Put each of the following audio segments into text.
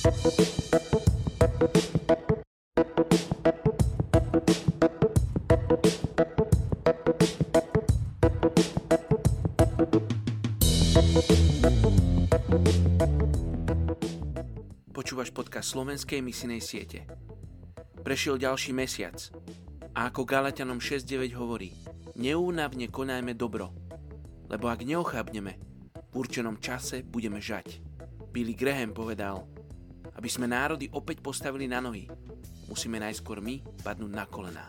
Počúvaš podcast Slovenskej misijnej siete. Prešiel ďalší mesiac a ako Galatianom 6.9 hovorí, neúnavne konajme dobro, lebo ak neochabneme, v určenom čase budeme žať. Billy Graham povedal, aby sme národy opäť postavili na nohy, musíme najskôr my padnúť na kolená.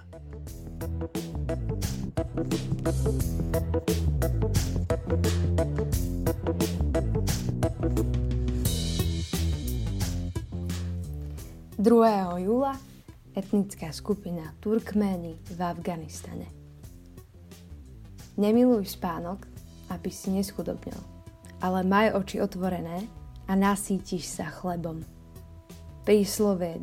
Júla etnická skupina Turkméni v Afganistane. Nemiluj spánok, aby si neschudobnil, ale maj oči otvorené a nasítiš sa chlebom. Príslovie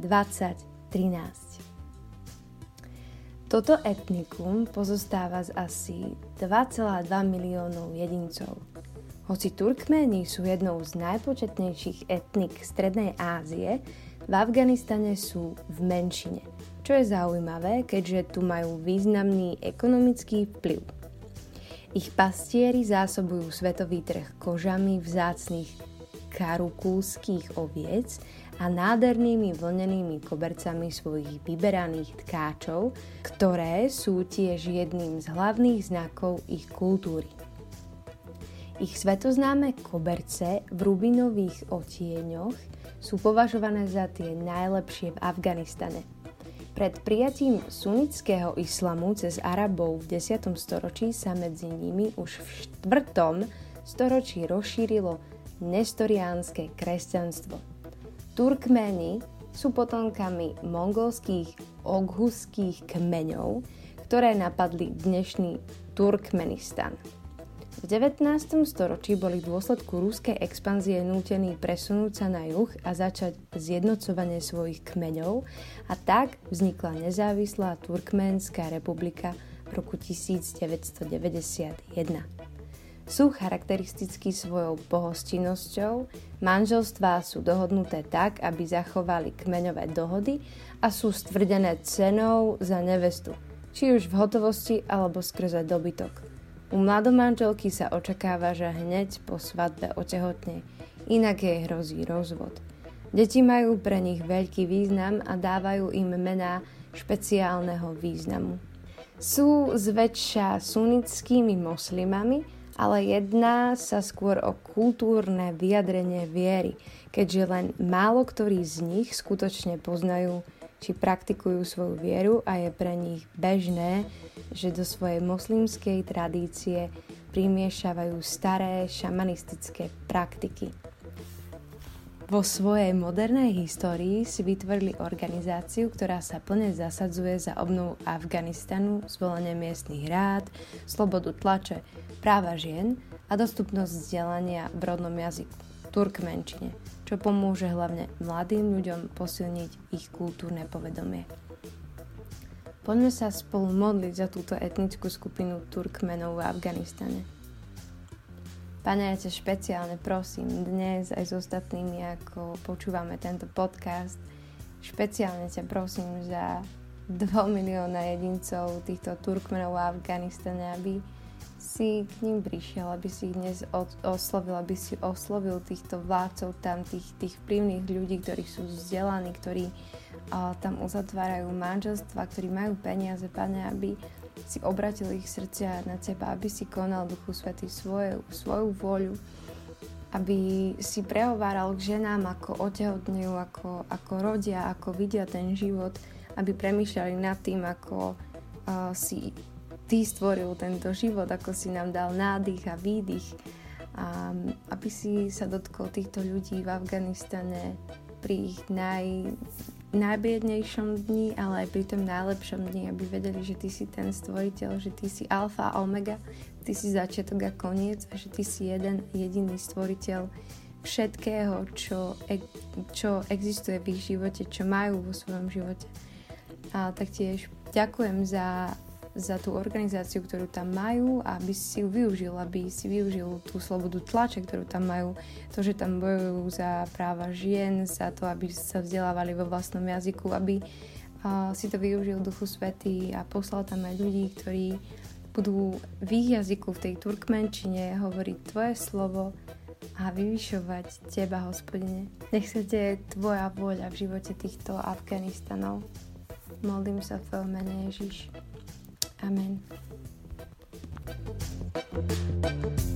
20.13. Toto etnikum pozostáva z asi 2,2 miliónov jedincov. Hoci Turkméni sú jednou z najpočetnejších etník Strednej Ázie, v Afganistane sú v menšine, čo je zaujímavé, keďže tu majú významný ekonomický vplyv. Ich pastieri zásobujú svetový trh kožami vzácnych karukúskych oviec a nádhernými vlnenými kobercami svojich vyberaných tkáčov, ktoré sú tiež jedným z hlavných znakov ich kultúry. Ich svetoznáme koberce v rubinových odtieňoch sú považované za tie najlepšie v Afganistane. Pred prijatím sunnického islamu cez Arabov v 10. storočí sa medzi nimi už v 4. storočí rozšírilo nestoriánske kresťanstvo. Turkméni sú potomkami mongolských oghuských kmeňov, ktoré napadli dnešný Turkmenistan. V 19. storočí boli v dôsledku ruskej expanzie nútení presunúť sa na juh a začať zjednocovanie svojich kmeňov a tak vznikla nezávislá Turkménská republika v roku 1991. Sú charakteristickí svojou pohostinnosťou, manželstvá sú dohodnuté tak, aby zachovali kmeňové dohody a sú stvrdené cenou za nevestu, či už v hotovosti alebo skrze dobytok. U mladomanželky sa očakáva, že hneď po svadbe otehotne, inak jej hrozí rozvod. Deti majú pre nich veľký význam a dávajú im mená špeciálneho významu. Sú zväčša sunnickými moslimami, ale jedná sa skôr o kultúrne vyjadrenie viery, keďže len málo ktorí z nich skutočne poznajú či praktikujú svoju vieru a je pre nich bežné, že do svojej moslimskej tradície primiešavajú staré šamanistické praktiky. Vo svojej modernej histórii si vytvorili organizáciu, ktorá sa plne zasadzuje za obnovu Afganistanu, zvolenie miestnych rád, slobodu tlače, práva žien a dostupnosť vzdelania v rodnom jazyku, turkmenčine, čo pomôže hlavne mladým ľuďom posilniť ich kultúrne povedomie. Poďme sa spolu modliť za túto etnickú skupinu Turkmenov v Afganistane. Pane, ja ťa špeciálne prosím dnes aj s ostatnými, ako počúvame tento podcast, špeciálne ťa prosím za 2 milióna jedincov týchto Turkmenov v Afganistane, aby si k ním prišiel, aby si ich dnes oslovil, aby si oslovil týchto vládcov tam, tých vplyvných ľudí, ktorí sú vzdelaní, ktorí tam uzatvárajú manželstva, ktorí majú peniaze, Pane, aby si obratil ich srdcia na Teba, aby si konal Duchu Svätý svoju vôľu, aby si prehováral k ženám, ako otehotnejú, ako rodia, ako vidia ten život, aby premýšľali nad tým, ako si Ty stvoril tento život, ako si nám dal nádych a výdych, a aby si sa dotkol týchto ľudí v Afganistane pri ich najbiednejšom dni, ale aj pri tom najlepšom dni, aby vedeli, že Ty si ten stvoriteľ, že Ty si alfa a omega, Ty si začiatok a koniec a že Ty si jeden jediný stvoriteľ všetkého, čo existuje v ich živote, čo majú vo svojom živote. A taktiež ďakujem za za tú organizáciu, ktorú tam majú, aby si ju využil, aby si využil tú slobodu tlače, ktorú tam majú, to, že tam bojujú za práva žien, za to, aby sa vzdelávali vo vlastnom jazyku, aby si to využil Duchu Svätý a poslal tam aj ľudí, ktorí budú v ich jazyku, v tej turkmenčine hovoriť tvoje slovo a vyvyšovať teba, Hospodine. Nech sa deje tvoja vôľa v živote týchto Afganistanov. Modlím sa v tvojom mene, Ježiš. Amen.